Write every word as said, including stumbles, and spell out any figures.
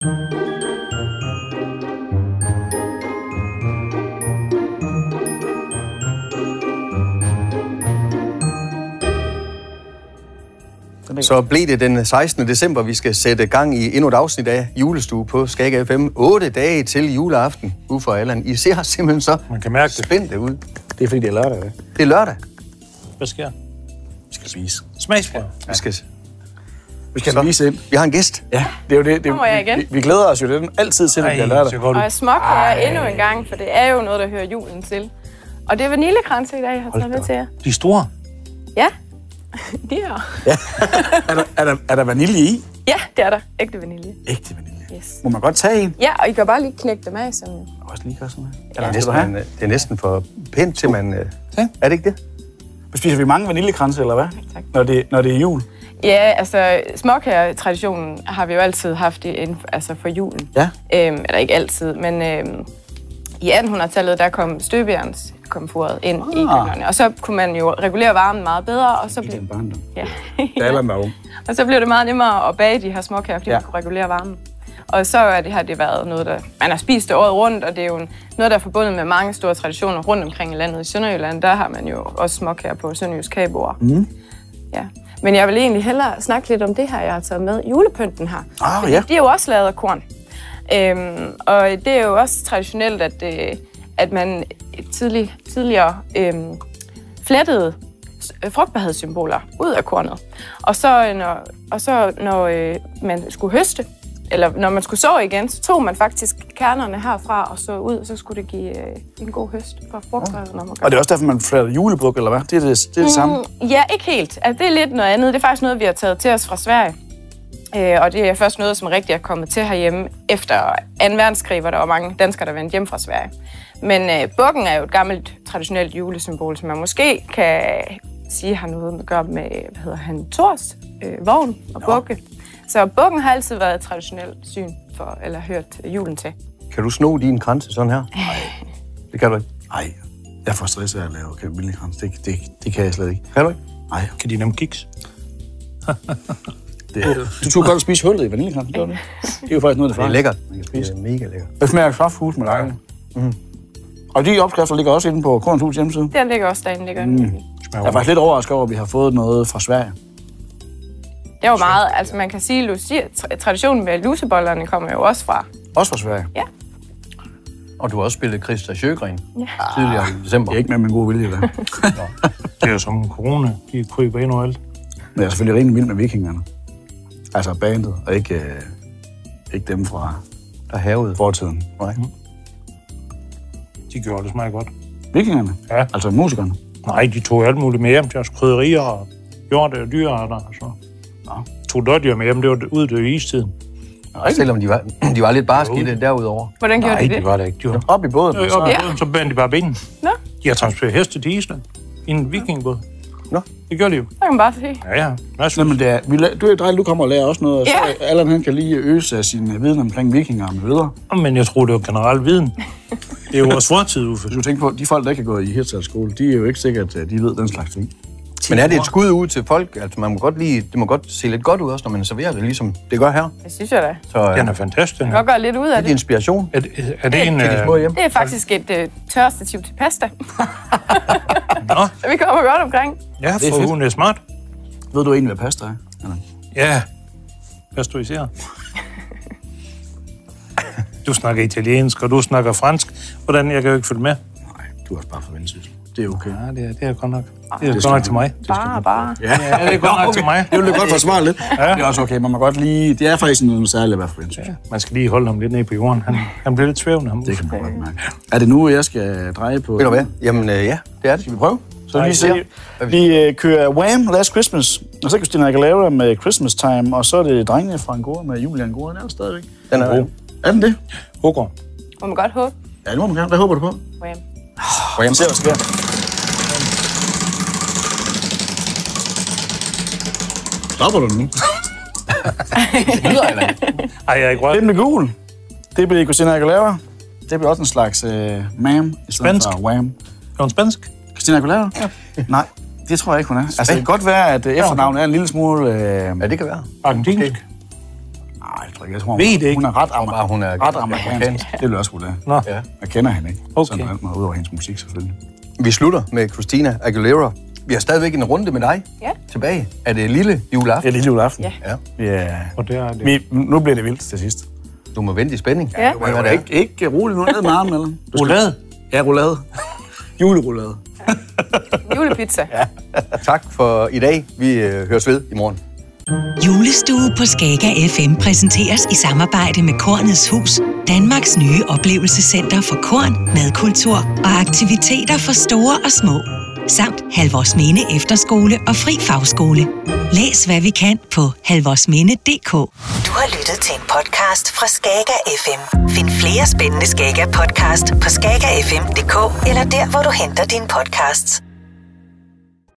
Så blev det den sekstende december, vi skal sætte gang i endnu et afsnit af Julestue på Skag F M. Otte dage til juleaften. Uffe og Allan, I ser simpelthen så Man kan mærke det. spændte ud. Det er fordi, det er lørdag, det. Det er lørdag. Hvad sker der? Vi skal spise. Smagsprøve. Vi skal... Vi skal Så, spise ind. vi har en gæst. Ja, det er jo det. det Kommer jeg igen? vi, vi glæder os jo det er altid til, at det bliver lørdag. Og småkager endnu en gang, for det er jo noget, der hører julen til. Og det er vaniljekranse i dag, jeg har taget med til jer. De er store. Ja, de her. Ja. er, der, er, der, er der vanilje i? Ja, det er der. Ægte vanilje. Ægte vanilje. Yes. Må man godt tage en? Ja, og I kan bare lige knække dem af sådan. Også lige gøre sådan her. Det er, næsten, man, det er næsten for pænt til, man... Ja. Er det ikke det? Spiser vi mange vaniljekranse, eller hvad? Tak. Når det, når det er jul? Ja, altså småkager-traditionen har vi jo altid haft i, altså for julen. Ja. Øhm, eller ikke altid, men øhm, i attenhundredetallet, der kom støbejerns komfuret ind ah. i køkkenerne. Og så kunne man jo regulere varmen meget bedre, og så blev... Det er barndom. Ja. Det er alle med ung. Og så blev det meget nemmere at bage de her småkager, fordi Ja. man kunne regulere varmen. Og så er det, har det været noget, der... Man har spist det året rundt, og det er jo noget, der er forbundet med mange store traditioner rundt omkring i landet. I Sønderjylland, der har man jo også småkager på Sønderjysk kagebord. Mm. Ja. Men jeg vil egentlig hellere snakke lidt om det her, jeg har taget med. Julepynten her. Ah, Fordi ja. det er jo også lavet af korn. Øhm, og det er jo også traditionelt, at, øh, at man tidlig, tidligere øhm, flettede frugtbarhedssymboler ud af kornet. Og så når, og så, når øh, man skulle høste, eller når man skulle så igen, så tog man faktisk kernerne herfra og så ud, og så skulle det give øh, en god høst for frugtbarheden. Og det er også derfor, man fletter julebrug, eller hvad? Det er det, det, er det mm, samme? Ja, ikke helt. Altså, det er lidt noget andet. Det er faktisk noget, vi har taget til os fra Sverige. Øh, og det er først noget, som rigtig er kommet til herhjemme efter anden verdenskrig, hvor der var mange danskere, der vendte hjem fra Sverige. Men øh, bukken er jo et gammelt, traditionelt julesymbol, som man måske kan sige har noget at gøre med, hvad hedder han, Thors øh, vogn og bukke. Så bukken har altid været et traditionelt syn for, eller hørt julen til. Kan du sno din kranse sådan her? Nej. Det kan du ikke. Nej, jeg får stress af at lave vaniljekranse. Det, det, det kan jeg slet ikke. Kan du ikke? Nej. Kan de nemt kiks? Det, du tog godt at spise hullet i vaniljekransen, gjorde du det? Det er jo faktisk noget, der Det er lækkert. man kan spise. Det er mega lækkert. Det smager kraftfuldt med dig. Mm. Og de opskrifter ligger også inde på Korns Hus hjemmeside. Der ligger også derinde, ligger mm. Jeg er faktisk lidt overrasket over, at vi har fået noget fra Sverige. Det er jo meget, altså man kan sige, Lucia, traditionen med lusebollerne kommer jo også fra. Også fra Sverige? Ja. Og du har også spillet Christa Sjøgren Ja. tidligere i december. Det er ikke med min gode vilje, der. Det er jo som corona. De kryber ind over alt. Men jeg er selvfølgelig rimelig vild med vikingerne. Altså bandet, og ikke, øh, ikke dem fra Der havede fortiden. Nej. De gjorde det meget godt. Vikingerne? Ja. Altså musikerne? Nej, de tog alt muligt med hjem. Deres krydderier og hjorte og dyrearter og så. Ja. Tog dårdyr med hjem. Det var ude det i istiden. Og selvom de var, de var lidt barske i det derudover. Hvordan gjorde Nej, de det? det var det ikke. De var Op i båden? øh, op i båden, så bandt de bare benene. Nå, De har transporteret heste til Island. I en vikingbåd. Nå. Det gjorde de jo. så kan man bare se. Ja, ja. Masser. Jamen, det er, vi, la- du, Drejl, du kommer og lærer også noget, og så Ja. Allan han kan lige øse af sin viden omkring vikinger og med videre. Men jeg tror, det var generelt viden. Det er jo vores fortid, Uffe. Hvis du tænker på, de folk, der ikke har gået i Hirtshals skole, de er jo ikke sikkert, at de ved den slags ting. Men er det et skud ud til folk? Altså, man må godt lige, det må godt se lidt godt ud også, når man serverer det, ligesom det gør her. Det synes jeg da. Så øh, Den er fantastisk. Den Man her. kan godt gøre lidt ud af lidt det. inspiration Er, er det en... til de små Øh... hjem. Det er faktisk et øh, tørrestativ til pasta. Nå, Så vi kommer godt omkring. ja, Det er for fedt. hun er smart. Ved du egentlig, hvad pasta er? Eller? Ja. Pasteuriserer. Du snakker italiensk, og du snakker fransk. Hvordan? Jeg kan jo ikke følge med. Nej, du er også bare fra Vendsyssel. Det er okay. Ja, det er, det er godt nok. Det er det godt skal nok vi. til mig. Bare, bare. Ja, Ja, det er godt nok til mig. Det vil du godt forsvare lidt. Ja. Det er også okay, man må godt lige... Det er faktisk noget særligt at være fra Vendsyssel. Ja, man skal lige holde ham lidt ned på jorden. Han, han bliver lidt svævende. Ham. Det kan man godt mærke. Er det nu, jeg skal dreje på... Ved du hvad? Jamen øh, ja, det er det. Skal vi prøve? Så Nej, vi ser. det- Vi øh, kører Wham! Last Christmas, og så Christina Aguilera med Christmas Time, og så er det drengene fra Angora med Julian Angora. Den er stadigvæk. Den er god. Er den det? Hukker. Må man godt håbe. Ja, det må man gerne. Hvad håber du på? Wham. Og jamen, Se, hvad sker. Stopper du nu? det lyder eller ikke. Ej, jeg er ikke rørt. Den med gul. Det bliver Christina Aguilera. Det bliver også en slags øh, ma'am i stedet Spansk. for Wham! Er hun spansk? Christina Aguilera? Ja. Nej, det tror jeg ikke, hun er. Altså, det kan godt være, at øh, efternavnet er en lille smule... Øh, Ja, det kan være. Argentinsk? jeg tror ikke. Jeg tror, Ved det ikke? hun er ret, Og bare, hun er ret amerikansk. Det vil jeg også skulle da. Nå. Ja. Jeg kender hende ikke. Okay. Sådan alt meget ud over hendes musik, selvfølgelig. Vi slutter med Christina Aguilera. Vi har stadigvæk en runde med dig Ja. tilbage. Er det lille juleaften? Det er lille juleaften. Ja. Ja. Ja. Og det er det. Vi, nu bliver det vildt til sidst. Du må vente i spænding. Ja. Hvad er Jeg det? ikke, ikke roligt nu ned med armen, eller? Roulade. Ja, roulade. Juleroulade. Julepizza. Ja. Tak for i dag. Vi øh, høres ved i morgen. Julestue på Skaga F M præsenteres i samarbejde med Kornets Hus, Danmarks nye oplevelsescenter for korn, madkultur og aktiviteter for store og små. Samt Halvorsminde Efterskole og Fri Fagskole. Læs hvad vi kan på halvorsminde punktum d k. Du har lyttet til en podcast fra Skaga F M. Find flere spændende Skaga podcast på skaga f m punktum d k eller der, hvor du henter dine podcasts.